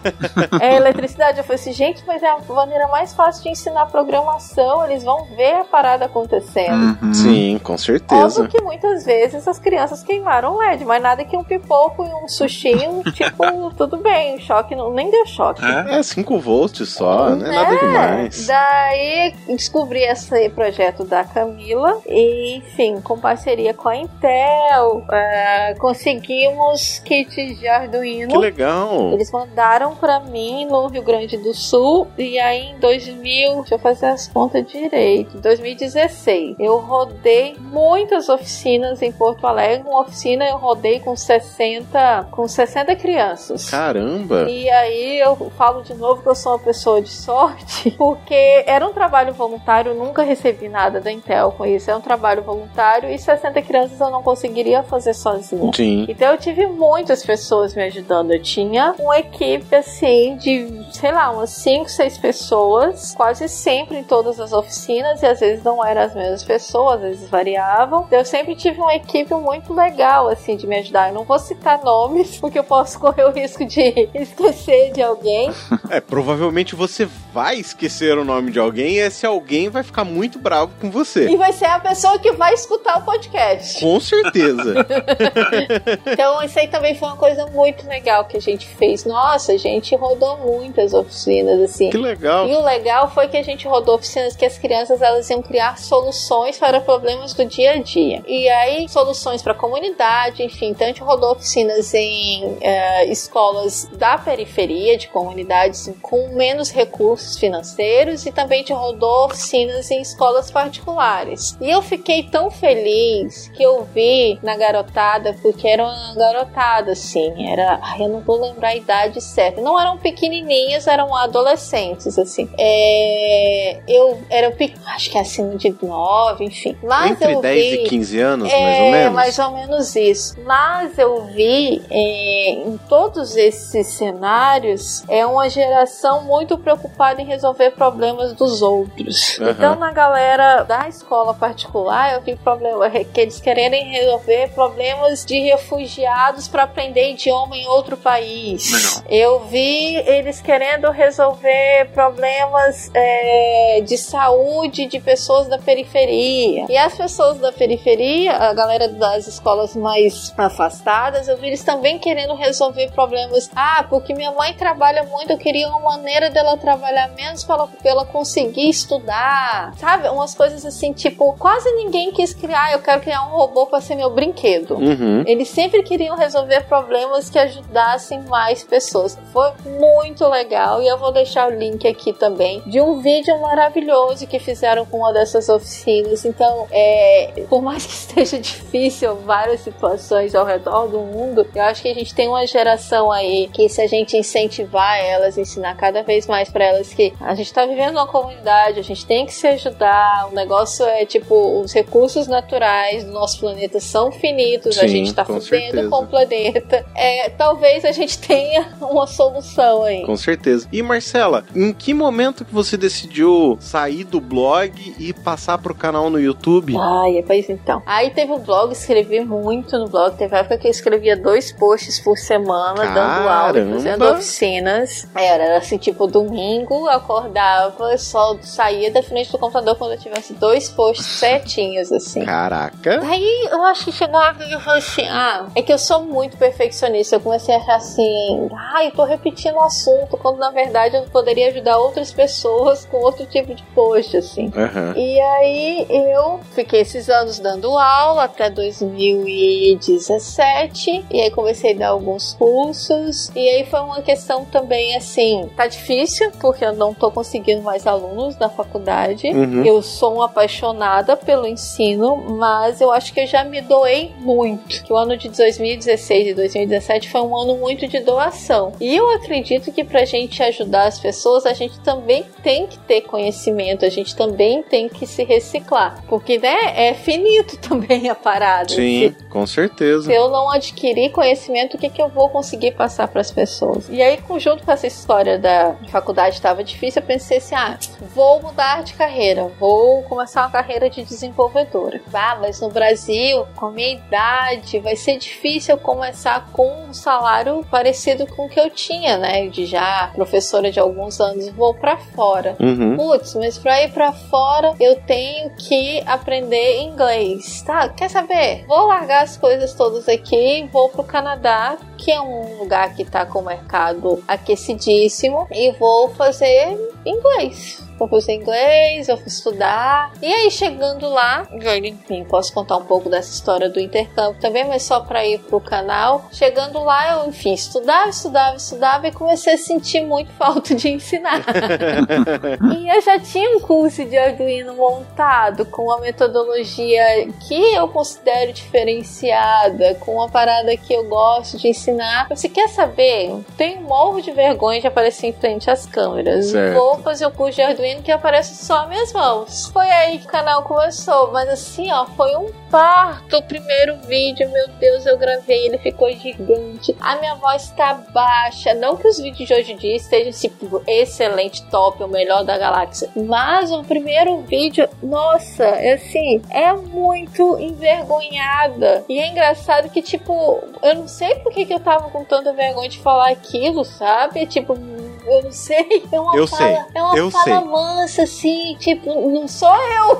É eletricidade. Eu falei assim, gente, mas é a maneira mais fácil de ensinar programação. Eles vão ver a parada acontecendo. Uhum. Sim, com certeza. Óbvio que muitas vezes as crianças queimaram L E D, mas nada que um pipoco e um sushinho, tipo, tudo bem, o choque não, nem deu choque. É, é cinco volts só, não é, é nada demais. Daí descobri esse projeto da Camila e, enfim, com parceria com a Intel, uh, conseguimos kits de Arduino. Que legal! Eles mandaram deram pra mim no Rio Grande do Sul, e aí em dois mil, deixa eu fazer as contas direito, dois mil e dezesseis, eu rodei muitas oficinas em Porto Alegre. Uma oficina eu rodei com sessenta, com sessenta crianças. Caramba! E aí eu falo de novo que eu sou uma pessoa de sorte, porque era um trabalho voluntário, eu nunca recebi nada da Intel com isso, é um trabalho voluntário e sessenta crianças eu não conseguiria fazer sozinha. Sim. Então eu tive muitas pessoas me ajudando, eu tinha uma equipe assim de, sei lá, umas cinco, seis pessoas, quase sempre em todas as oficinas, e às vezes não eram as mesmas pessoas, às vezes variavam. Eu sempre tive uma equipe muito legal assim de me ajudar. Eu não vou citar nomes, porque eu posso correr o risco de esquecer de alguém. É, provavelmente você vai esquecer o nome de alguém, e esse alguém vai ficar muito bravo com você. E vai ser a pessoa que vai escutar o podcast. Com certeza. Então isso aí também foi uma coisa muito legal que a gente fez. Nossa, a gente rodou muitas oficinas assim. Que legal. E o legal foi que a gente rodou oficinas que as crianças elas iam criar soluções para problemas do dia a dia. E aí soluções para a comunidade, enfim. Então a gente rodou oficinas em uh, escolas da periferia, de comunidades com menos recursos financeiros, e também a gente rodou oficinas em escolas particulares. E eu fiquei tão feliz que eu vi na garotada, porque era uma garotada assim, era, eu não vou lembrar a idade certa, não eram pequenininhas, eram adolescentes assim. É, eu era, acho que acima de nove, enfim. Mas entre eu dez vi, e quinze anos, é, mais ou menos? mais ou menos isso. Mas eu vi é, em todos esses cenários é uma geração muito preocupada em resolver problemas dos outros. Uhum. Então na galera da escola particular eu vi problema, que eles quererem resolver problemas de refugiados para aprender idioma em outro país. Legal. Eu vi eles querendo resolver problemas é, de saúde de pessoas da periferia. E as pessoas da periferia, a galera das escolas mais afastadas, eu vi eles também querendo resolver problemas. Ah, porque minha mãe trabalha muito, eu queria uma maneira dela trabalhar menos para ela, pra ela conseguir estudar. Sabe? Umas coisas assim, tipo, quase ninguém quis criar, eu quero criar um robô para ser meu brinquedo. Uhum. Eles sempre queriam resolver problemas que ajudassem mais pessoas. Foi muito legal, e eu vou deixar o link aqui também de um vídeo maravilhoso que fizeram com uma dessas oficinas. Então, é, por mais que esteja difícil várias situações ao redor do mundo, eu acho que a gente tem uma geração aí que, se a gente incentivar elas, ensinar cada vez mais pra elas que a gente tá vivendo numa comunidade, a gente tem que se ajudar, o negócio é tipo, os recursos naturais do nosso planeta são finitos. Sim, a gente tá fudendo com o planeta. É, talvez a gente tenha uma solução aí. Com certeza. E Marcela, em que momento que você decidiu sair do blog e passar pro canal no YouTube? Ai, pois então. Aí teve o blog, escrevi muito no blog. Teve época que eu escrevia dois posts por semana, Caramba. dando aula, fazendo oficinas. Era assim, tipo, domingo, acordava, só saía da frente do computador quando eu tivesse dois posts certinhos, assim. Caraca. Daí eu acho que chegou uma vez e eu falei assim, ah, é que eu sou muito perfeccionista. Eu comecei a achar assim, ah, eu tô repetindo o assunto, quando na verdade eu poderia ajudar outras pessoas com outro tipo de post, assim. Uhum. E aí eu fiquei esses anos dando aula até dois mil e dezessete, e aí comecei a dar alguns cursos, e aí foi uma questão também assim, tá difícil porque eu não tô conseguindo mais alunos na faculdade. Uhum. Eu sou uma apaixonada pelo ensino, mas eu acho que eu já me doei muito, que o ano de dois mil e dezesseis e dois mil e dezessete foi um ano muito de doação, e eu acredito que pra gente ajudar as pessoas, a gente também tem que ter conhecimento, a gente também tem que se reciclar, porque, né, é finito também a parada. Sim, se, com certeza. Se eu não adquirir conhecimento, o que, que eu vou conseguir passar pras pessoas? E aí, junto com essa história da faculdade estava difícil, eu pensei assim, ah, vou mudar de carreira, vou começar uma carreira de desenvolvedora. Ah, mas no Brasil, com a minha idade, vai ser difícil eu começar com um salário parecido com o que eu tinha, né, de já professora de alguns anos, vou pra fora. Uhum. Putz, mas pra ir pra fora, eu tenho que aprender inglês. Tá, quer saber? Vou largar as coisas todas aqui, vou pro Canadá, que é um lugar que tá com o mercado aquecidíssimo, e vou fazer inglês. eu fui fazer inglês, eu fui estudar. E aí, chegando lá, enfim, posso contar um pouco dessa história do intercâmbio também, mas só pra ir pro canal. Chegando lá, eu, enfim, estudava, estudava, estudava e comecei a sentir muito falta de ensinar. E eu já tinha um curso de Arduino montado com uma metodologia que eu considero diferenciada, com uma parada que eu gosto de ensinar. Você quer saber? Tenho um morro de vergonha de aparecer em frente às câmeras. Certo. Vou fazer o curso de Arduino que aparece só minhas mãos. Foi aí que o canal começou, mas assim, ó, foi um parto. O primeiro vídeo, meu Deus, eu gravei, ele ficou gigante. A minha voz tá baixa. Não que os vídeos de hoje em dia estejam tipo excelente, top, o melhor da galáxia. Mas o primeiro vídeo, nossa, é assim, é muito envergonhada. E é engraçado que, tipo, eu não sei por que, que eu tava com tanta vergonha de falar aquilo, sabe? Tipo, eu não sei. É uma eu fala, sei. É uma eu fala sei. mansa, assim, tipo, não sou eu.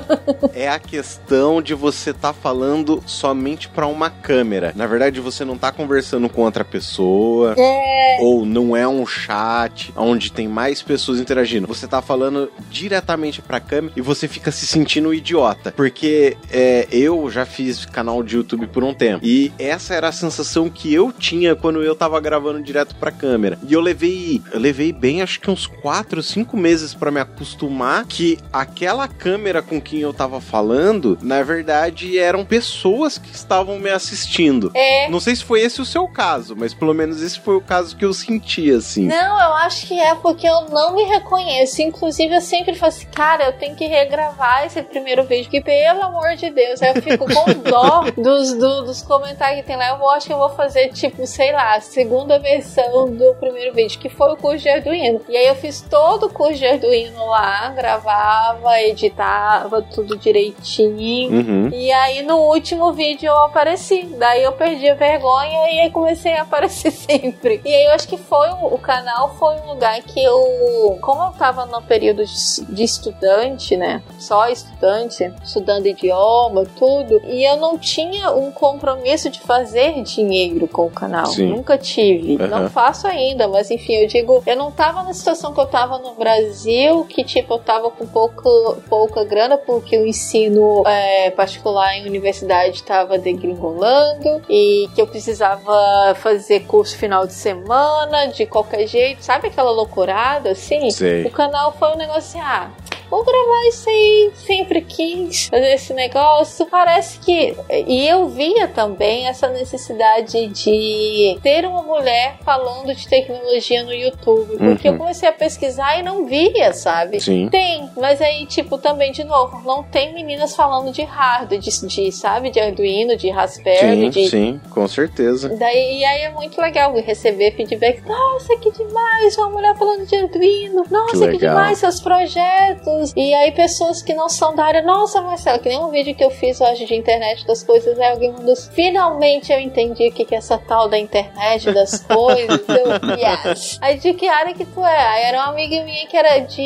É a questão de você tá falando somente pra uma câmera. Na verdade, você não tá conversando com outra pessoa. É. Ou não é um chat onde tem mais pessoas interagindo. Você tá falando diretamente pra câmera e você fica se sentindo idiota. Porque é, eu já fiz canal de YouTube por um tempo. E essa era a sensação que eu tinha quando eu tava gravando direto pra câmera. E eu levei, eu levei bem, acho que uns quatro, cinco meses pra me acostumar que aquela câmera com quem eu tava falando, na verdade, eram pessoas que estavam me assistindo. É. Não sei se foi esse o seu caso, mas pelo menos esse foi o caso que eu senti, assim. Não, eu acho que é porque eu não me reconheço. Inclusive, eu sempre falo assim, cara, eu tenho que regravar esse primeiro vídeo, que pelo amor de Deus, aí eu fico com dó dos, do, dos comentários que tem lá. Eu acho que eu vou fazer, tipo, sei lá, a segunda versão do primeiro vídeo, que foi o curso de Arduino. E aí eu fiz todo o curso de Arduino lá, gravava, editava tudo direitinho. Uhum. E aí no último vídeo eu apareci. Daí eu perdi a vergonha e aí comecei a aparecer sempre. E aí eu acho que foi o canal foi um lugar que eu, como eu tava no período de, de estudante, né? Só estudante, estudando idioma, tudo. E eu não tinha um compromisso de fazer dinheiro com o canal. Sim. Nunca tive. Uhum. Não faço ainda, mas enfim, eu digo, eu não tava na situação que eu tava no Brasil, que tipo, eu tava com pouco, pouca grana, porque o ensino é, particular em universidade tava degringolando e que eu precisava fazer curso final de semana, de qualquer jeito, sabe aquela loucurada assim? Sei. O canal foi um negócio assim, ah, vou gravar isso aí, sempre quis fazer esse negócio. Parece que... E eu via também essa necessidade de ter uma mulher falando de tecnologia no YouTube. Porque uhum. eu comecei a pesquisar e não via, sabe? Sim. Tem, mas aí, tipo, também, de novo, não tem meninas falando de hardware, de, de sabe? De Arduino, de Raspberry. Sim, de... sim, com certeza. Daí, e aí é muito legal receber feedback. Nossa, que demais, uma mulher falando de Arduino. Nossa, que, que demais, seus projetos. E aí pessoas que não são da área, nossa, Marcelo, que nem um vídeo que eu fiz hoje de internet das coisas, aí alguém mandou, finalmente eu entendi o que que é essa tal da internet das coisas. Eu, yes. Aí de que área que tu é? Aí era uma amiga minha que era de...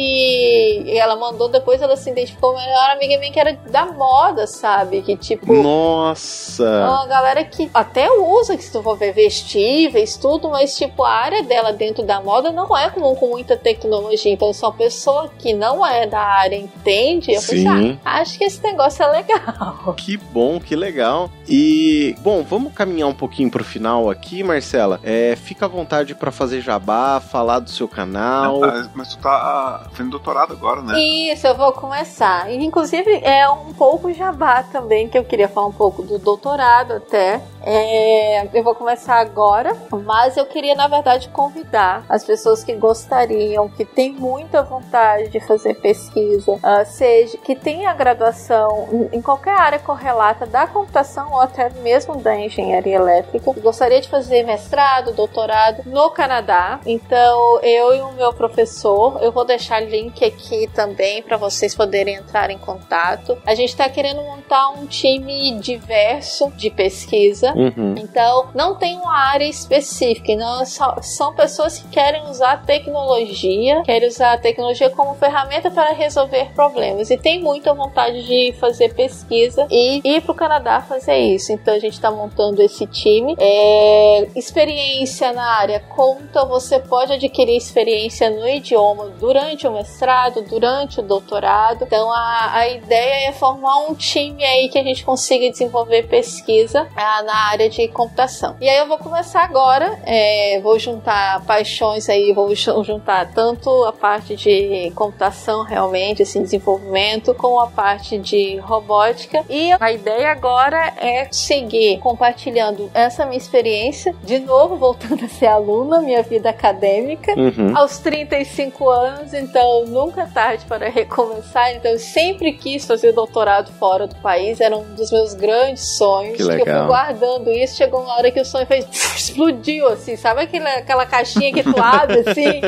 E ela mandou, depois ela se identificou melhor, amiga minha que era da moda, sabe? Que tipo... Nossa! Uma galera que até usa, que se tu for ver, vestíveis, tudo, mas tipo, a área dela dentro da moda não é comum com muita tecnologia. Então, se uma pessoa que não é da área entende, eu Sim. falei, ah, acho que esse negócio é legal. Que bom, que legal. E, bom, vamos caminhar um pouquinho pro final aqui, Marcela. É, fica à vontade pra fazer jabá, falar do seu canal. Não, mas tu tá fazendo doutorado agora, né? Isso, eu vou começar. E, inclusive, é um pouco jabá também, que eu queria falar um pouco do doutorado até. É, eu vou começar agora, mas eu queria, na verdade, convidar as pessoas que gostariam, que têm muita vontade de fazer pesquisa, uh, seja que tenha graduação em qualquer área correlata da computação ou até mesmo da engenharia elétrica, gostaria de fazer mestrado, doutorado no Canadá. Então, eu e o meu professor, eu vou deixar link aqui também para vocês poderem entrar em contato. A gente está querendo montar um time diverso de pesquisa. Uhum. Então, não tem uma área específica, não, só, são pessoas que querem usar tecnologia, querem usar a tecnologia como ferramenta para resolver problemas. E tem muita vontade de fazer pesquisa e ir pro Canadá fazer isso. Então a gente está montando esse time. É, experiência na área conta, você pode adquirir experiência no idioma durante o mestrado, durante o doutorado. Então a, a ideia é formar um time aí que a gente consiga desenvolver pesquisa ah, na área de computação. E aí eu vou começar agora, é, vou juntar paixões aí, vou juntar tanto a parte de computação realmente, assim, desenvolvimento, com a parte de robótica. E a ideia agora é seguir compartilhando essa minha experiência, de novo voltando a ser aluna, minha vida acadêmica, uhum. aos trinta e cinco anos, então nunca é tarde para recomeçar. Então eu sempre quis fazer doutorado fora do país, era um dos meus grandes sonhos. Que legal. Que eu fui guardando isso, chegou uma hora que o sonho fez pff, explodiu, assim, sabe aquela, aquela caixinha que tu abre, assim?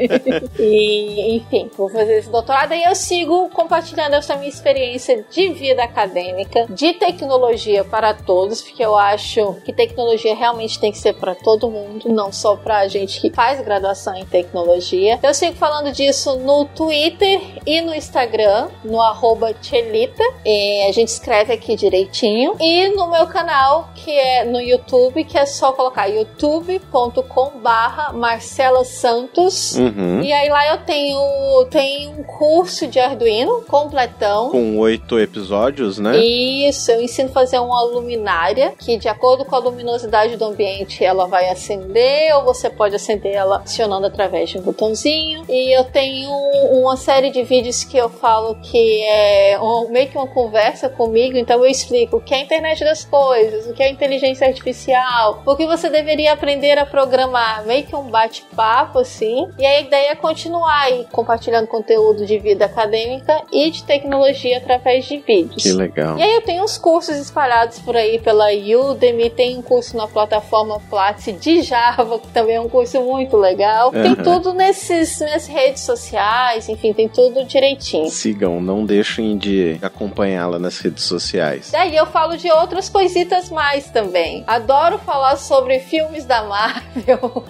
E, enfim, vou fazer esse doutorado e eu sigo compartilhando essa minha experiência de vida acadêmica, de tecnologia para todos, porque eu acho que tecnologia realmente tem que ser para todo mundo, não só pra gente que faz graduação em tecnologia. Eu sigo falando disso no Twitter e no Instagram, no arroba Tchelita, e a gente escreve aqui direitinho, e no meu canal, que é no YouTube, que é só colocar youtube ponto com barra Marcela Santos, uhum. e aí lá eu tenho, tenho um curso de Arduino completão. Com oito episódios, né? Isso, eu ensino a fazer uma luminária, que de acordo com a luminosidade do ambiente, ela vai acender, ou você pode acender ela acionando através de um botãozinho. E eu tenho uma série de vídeos que eu falo que é um, meio que uma conversa comigo, então eu explico o que é a internet das coisas, o que é inteligência artificial, o que você deveria aprender a programar, meio que um bate-papo, assim. E a ideia é continuar aí compartilhando conteúdo de vida acadêmica e de tecnologia através de vídeos. Que legal. E aí eu tenho uns cursos espalhados por aí pela Udemy, tem um curso na plataforma Platzi de Java, que também é um curso muito legal. Uhum. Tem tudo nesses, nas redes sociais, enfim, tem tudo direitinho. Sigam, não deixem de acompanhá-la nas redes sociais. Daí eu falo de outras coisitas mais também. Adoro falar sobre filmes da Marvel.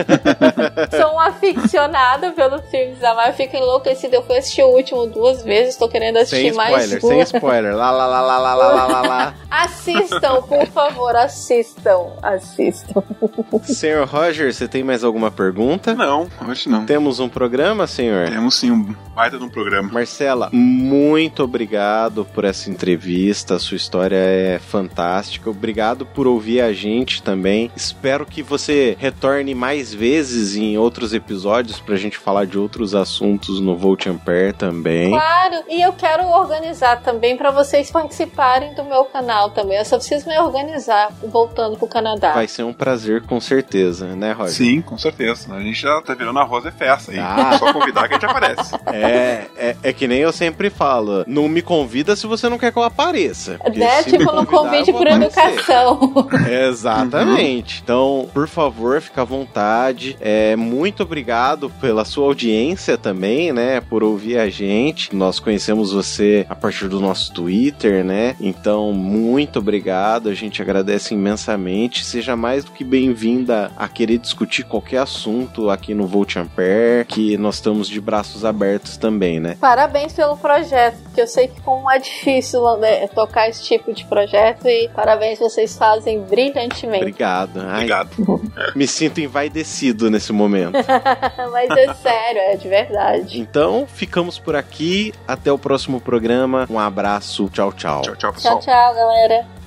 Sou uma aficionada pelos filmes da Marvel, fico enlouquecida. Eu fui assistir o último duas vezes, tô querendo assistir sem mais spoiler, Sem spoiler, lá, lá, lá, lá, lá, lá, lá, lá. Assistam, por favor, assistam, assistam. Senhor Roger, você tem mais alguma pergunta? Não, hoje não. Temos um programa, senhor? Temos sim, um baita de um programa. Marcela, muito obrigado por essa entrevista, a sua história é fantástica, obrigado por ouvir a gente também. Espero que você retorne mais vezes em outros episódios pra gente falar de outros assuntos no Volt Ampere também. Claro, e eu quero organizar também pra vocês participarem do meu canal também. Eu só preciso me organizar voltando pro Canadá. Vai ser um prazer, com certeza, né, Roger? Sim, com certeza. A gente já tá virando arroz e festa aí. Ah. Só convidar que a gente aparece. É, é, é que nem eu sempre falo, não me convida se você não quer que eu apareça. Né? Tipo, não convide por educação. Exatamente. Uhum. Então, por favor, fica à vontade. É, muito obrigado pela sua audiência também, né? Por ouvir a gente. Nós conhecemos você a partir do nosso Twitter, né? Então, muito obrigado. A gente agradece imensamente. Seja mais do que bem-vinda a querer discutir qualquer assunto aqui no Volt Ampere, que nós estamos de braços abertos também, né? Parabéns pelo projeto, porque eu sei que como é difícil, né, tocar esse tipo de projeto, e parabéns, vocês fazem brilhantemente. Obrigado. Ai, Obrigado. Me sinto envaidecido nesse momento. Mas é sério, é de verdade. Então, ficamos por aqui. Até o próximo programa. Um abraço. Tchau, tchau. Tchau, tchau, pessoal. Tchau, tchau, galera.